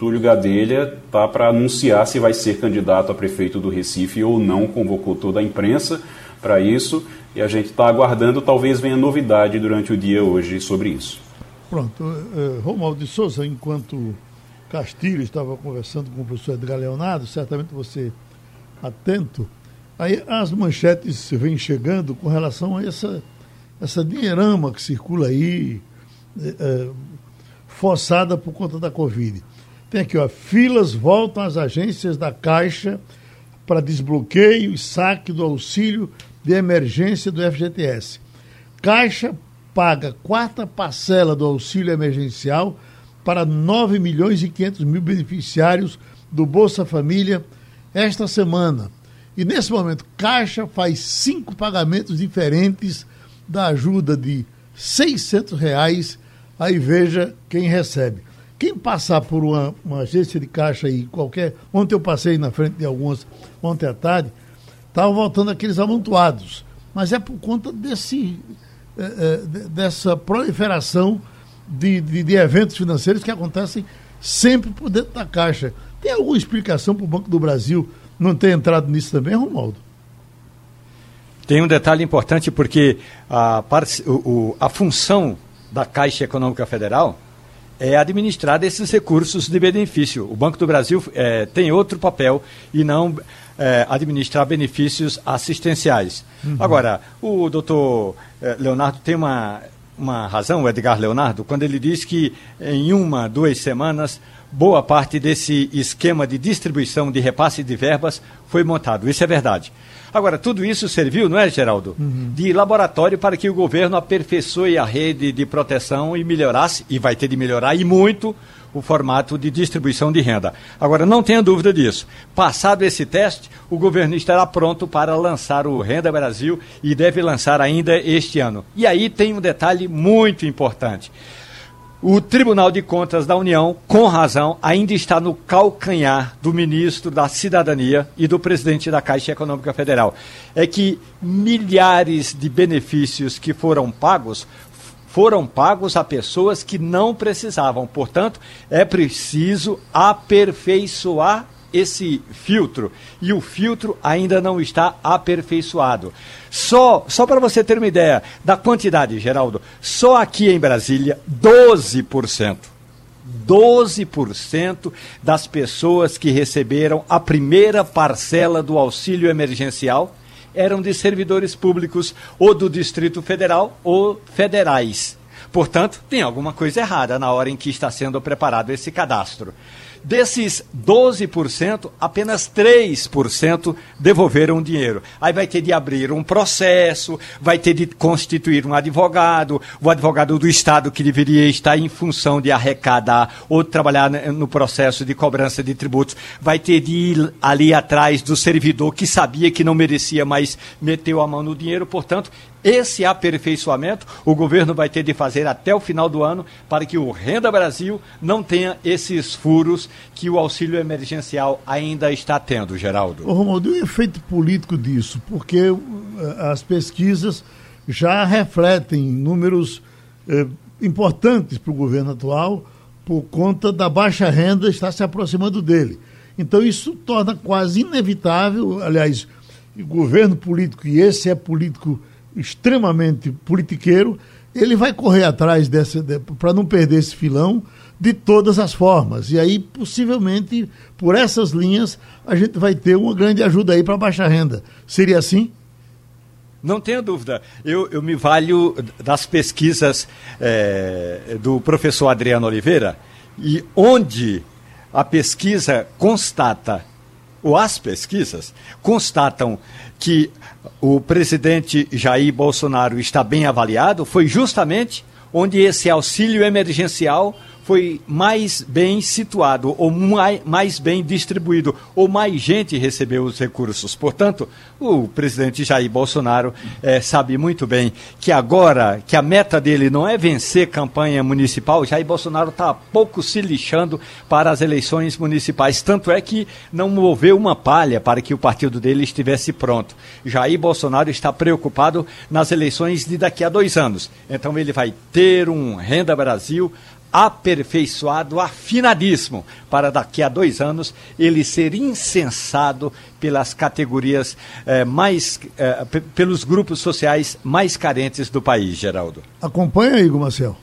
Túlio Gadelha está para anunciar se vai ser candidato a prefeito do Recife ou não, convocou toda a imprensa para isso, e a gente está aguardando, talvez venha novidade durante o dia hoje sobre isso. Pronto, uh, Romualdo de Souza, enquanto Castilho estava conversando com o professor Edgar Leonardo, certamente você atento, aí as manchetes vêm chegando com relação a essa, essa dinheirama que circula aí, uh, uh, forçada por conta da Covid. Tem aqui, ó, filas voltam às agências da Caixa para desbloqueio e saque do auxílio de emergência do F G T S. Caixa paga quarta parcela do auxílio emergencial para nove milhões e quinhentos mil beneficiários do Bolsa Família esta semana. E nesse momento, Caixa faz cinco pagamentos diferentes da ajuda de seiscentos reais. Aí veja quem recebe. Quem passar por uma, uma agência de Caixa aí, qualquer... Ontem eu passei na frente de algumas, ontem à tarde, estavam voltando aqueles amontoados. Mas é por conta desse, é, é, dessa proliferação de, de, de eventos financeiros que acontecem sempre por dentro da Caixa. Tem alguma explicação para o Banco do Brasil não ter entrado nisso também, Romualdo? Tem um detalhe importante, porque a, o, a função da Caixa Econômica Federal é administrar esses recursos de benefício. O Banco do Brasil é, tem outro papel e não é, administrar benefícios assistenciais. Uhum. Agora, o doutor Leonardo tem uma, uma razão, o Edgar Leonardo, quando ele diz que em uma, duas semanas, boa parte desse esquema de distribuição de repasse de verbas foi montado. Isso é verdade. Agora, tudo isso serviu, não é, Geraldo? Uhum. De laboratório para que o governo aperfeiçoe a rede de proteção e melhorasse, e vai ter de melhorar e muito, o formato de distribuição de renda. Agora, não tenha dúvida disso. Passado esse teste, o governo estará pronto para lançar o Renda Brasil e deve lançar ainda este ano. E aí tem um detalhe muito importante. O Tribunal de Contas da União, com razão, ainda está no calcanhar do ministro da Cidadania e do presidente da Caixa Econômica Federal. É que milhares de benefícios que foram pagos, foram pagos a pessoas que não precisavam. Portanto, é preciso aperfeiçoar esse filtro. E o filtro ainda não está aperfeiçoado. Só, só para você ter uma ideia da quantidade, Geraldo, só aqui em Brasília, doze por cento. doze por cento das pessoas que receberam a primeira parcela do auxílio emergencial eram de servidores públicos ou do Distrito Federal ou federais. Portanto, tem alguma coisa errada na hora em que está sendo preparado esse cadastro. Desses doze por cento, apenas três por cento devolveram o dinheiro. Aí vai ter de abrir um processo, vai ter de constituir um advogado, o advogado do Estado que deveria estar em função de arrecadar ou trabalhar no processo de cobrança de tributos, vai ter de ir ali atrás do servidor que sabia que não merecia, mas meteu a mão no dinheiro. Portanto, esse aperfeiçoamento o governo vai ter de fazer até o final do ano para que o Renda Brasil não tenha esses furos que o auxílio emergencial ainda está tendo, Geraldo. Ô, Romualdo, e o efeito político disso? Porque as pesquisas já refletem números eh, importantes para o governo atual por conta da baixa renda estar se aproximando dele. Então isso torna quase inevitável, aliás, o governo político, e esse é político extremamente politiqueiro, ele vai correr atrás dessa, de, para não perder esse filão de todas as formas. E aí, possivelmente, por essas linhas, a gente vai ter uma grande ajuda aí para a baixa renda. Seria assim? Não tenha dúvida. Eu, eu me valho das pesquisas é, do professor Adriano Oliveira, e onde a pesquisa constata, ou as pesquisas constatam que o presidente Jair Bolsonaro está bem avaliado, foi justamente onde esse auxílio emergencial foi mais bem situado, ou mais, mais bem distribuído, ou mais gente recebeu os recursos. Portanto, o presidente Jair Bolsonaro é, sabe muito bem que agora, que a meta dele não é vencer campanha municipal, Jair Bolsonaro está pouco se lixando para as eleições municipais. Tanto é que não moveu uma palha para que o partido dele estivesse pronto. Jair Bolsonaro está preocupado nas eleições de daqui a dois anos. Então ele vai ter um Renda Brasil aperfeiçoado, afinadíssimo, para daqui a dois anos ele ser incensado pelas categorias eh, mais, eh, p- pelos grupos sociais mais carentes do país, Geraldo. Acompanha, Igor Marcel.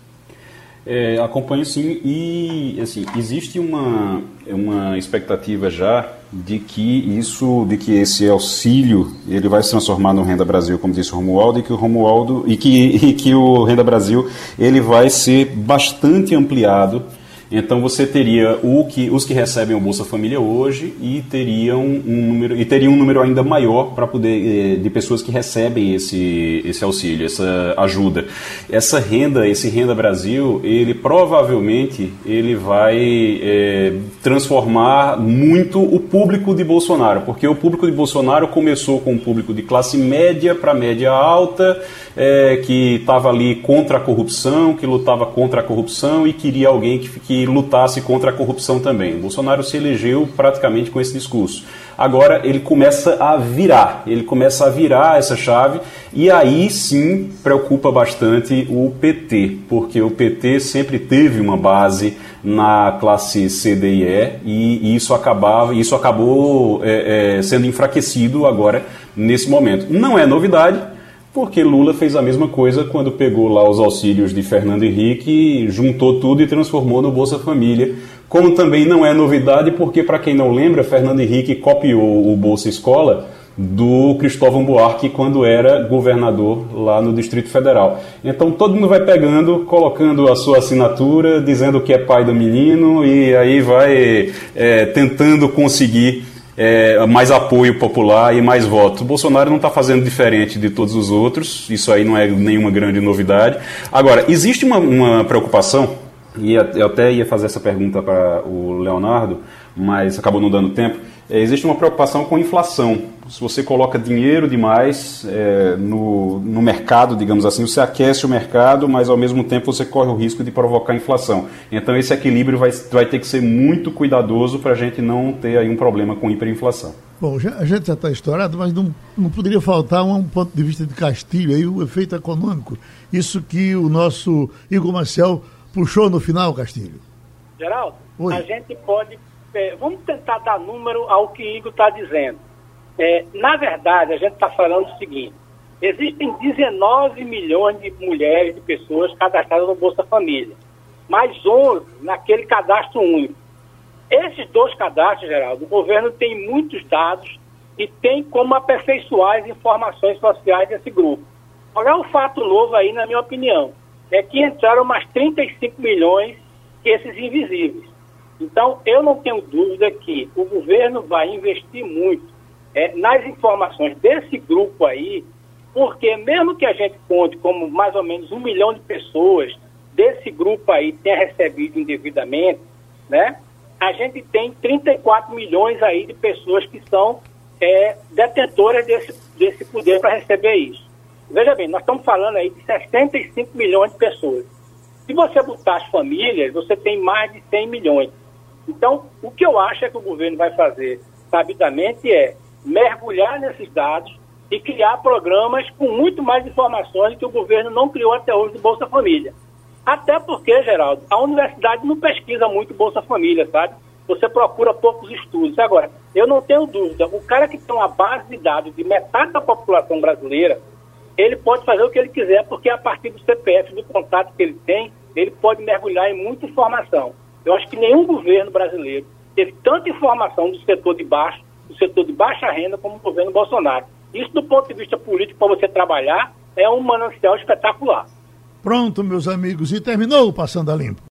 É, acompanho sim, e assim, existe uma, uma expectativa já de que isso, de que esse auxílio ele vai se transformar no Renda Brasil, como disse o Romualdo, e que o Romualdo e que, e que o Renda Brasil ele vai ser bastante ampliado. Então você teria o que, os que recebem o Bolsa Família hoje e teriam um número, e teria um número ainda maior para poder de pessoas que recebem esse, esse auxílio, essa ajuda. Essa renda, esse Renda Brasil, ele provavelmente ele vai é, transformar muito o público de Bolsonaro, porque o público de Bolsonaro começou com um público de classe média para média alta, é, que estava ali contra a corrupção, que lutava contra a corrupção e queria alguém que, que lutasse contra a corrupção também. Bolsonaro se elegeu praticamente com esse discurso. Agora ele começa a virar, ele começa a virar essa chave e aí sim preocupa bastante o P T, porque o P T sempre teve uma base na classe C, D e E e isso, acabava, isso acabou é, é, sendo enfraquecido agora nesse momento. Não é novidade, porque Lula fez a mesma coisa quando pegou lá os auxílios de Fernando Henrique, juntou tudo e transformou no Bolsa Família. Como também não é novidade, porque, para quem não lembra, Fernando Henrique copiou o Bolsa Escola do Cristóvão Buarque quando era governador lá no Distrito Federal. Então todo mundo vai pegando, colocando a sua assinatura, dizendo que é pai do menino e aí vai é, tentando conseguir É, mais apoio popular e mais votos. O Bolsonaro não está fazendo diferente de todos os outros, isso aí não é nenhuma grande novidade. Agora, existe uma, uma preocupação, e eu até ia fazer essa pergunta para o Leonardo, mas acabou não dando tempo. É, existe uma preocupação com inflação. Se você coloca dinheiro demais é, no, no mercado, digamos assim, você aquece o mercado, mas ao mesmo tempo você corre o risco de provocar inflação. Então esse equilíbrio vai, vai ter que ser muito cuidadoso para a gente não ter aí um problema com hiperinflação. Bom, já, a gente já está estourado, mas não, não poderia faltar um, um ponto de vista de Castilho, aí, o efeito econômico. Isso que o nosso Igor Marcel puxou no final, Castilho. Geraldo, Oi. a gente pode... É, vamos tentar dar número ao que Igor está dizendo. É, na verdade, a gente está falando o seguinte: existem dezenove milhões de mulheres, de pessoas cadastradas no Bolsa Família, mais onze naquele cadastro único. Esses dois cadastros, Geraldo, o governo tem muitos dados e tem como aperfeiçoar as informações sociais desse grupo. Olha o fato novo aí, na minha opinião, é que entraram mais trinta e cinco milhões esses invisíveis. Então, eu não tenho dúvida que o governo vai investir muito é, nas informações desse grupo aí, porque mesmo que a gente conte como mais ou menos um milhão de pessoas desse grupo aí tenha recebido indevidamente, né, a gente tem trinta e quatro milhões aí de pessoas que são é, detentoras desse, desse poder para receber isso. Veja bem, nós estamos falando aí de sessenta e cinco milhões de pessoas. Se você botar as famílias, você tem mais de cem milhões. Então, o que eu acho é que o governo vai fazer sabidamente é mergulhar nesses dados e criar programas com muito mais informações que o governo não criou até hoje do Bolsa Família. Até porque, Geraldo, a universidade não pesquisa muito Bolsa Família, sabe? Você procura poucos estudos. Agora, eu não tenho dúvida, o cara que tem uma base de dados de metade da população brasileira, ele pode fazer o que ele quiser, porque a partir do C P F, do contato que ele tem, ele pode mergulhar em muita informação. Eu acho que nenhum governo brasileiro teve tanta informação do setor de baixo, do setor de baixa renda, como o governo Bolsonaro. Isso, do ponto de vista político, para você trabalhar, é um manancial espetacular. Pronto, meus amigos, e terminou o Passando a Limpo.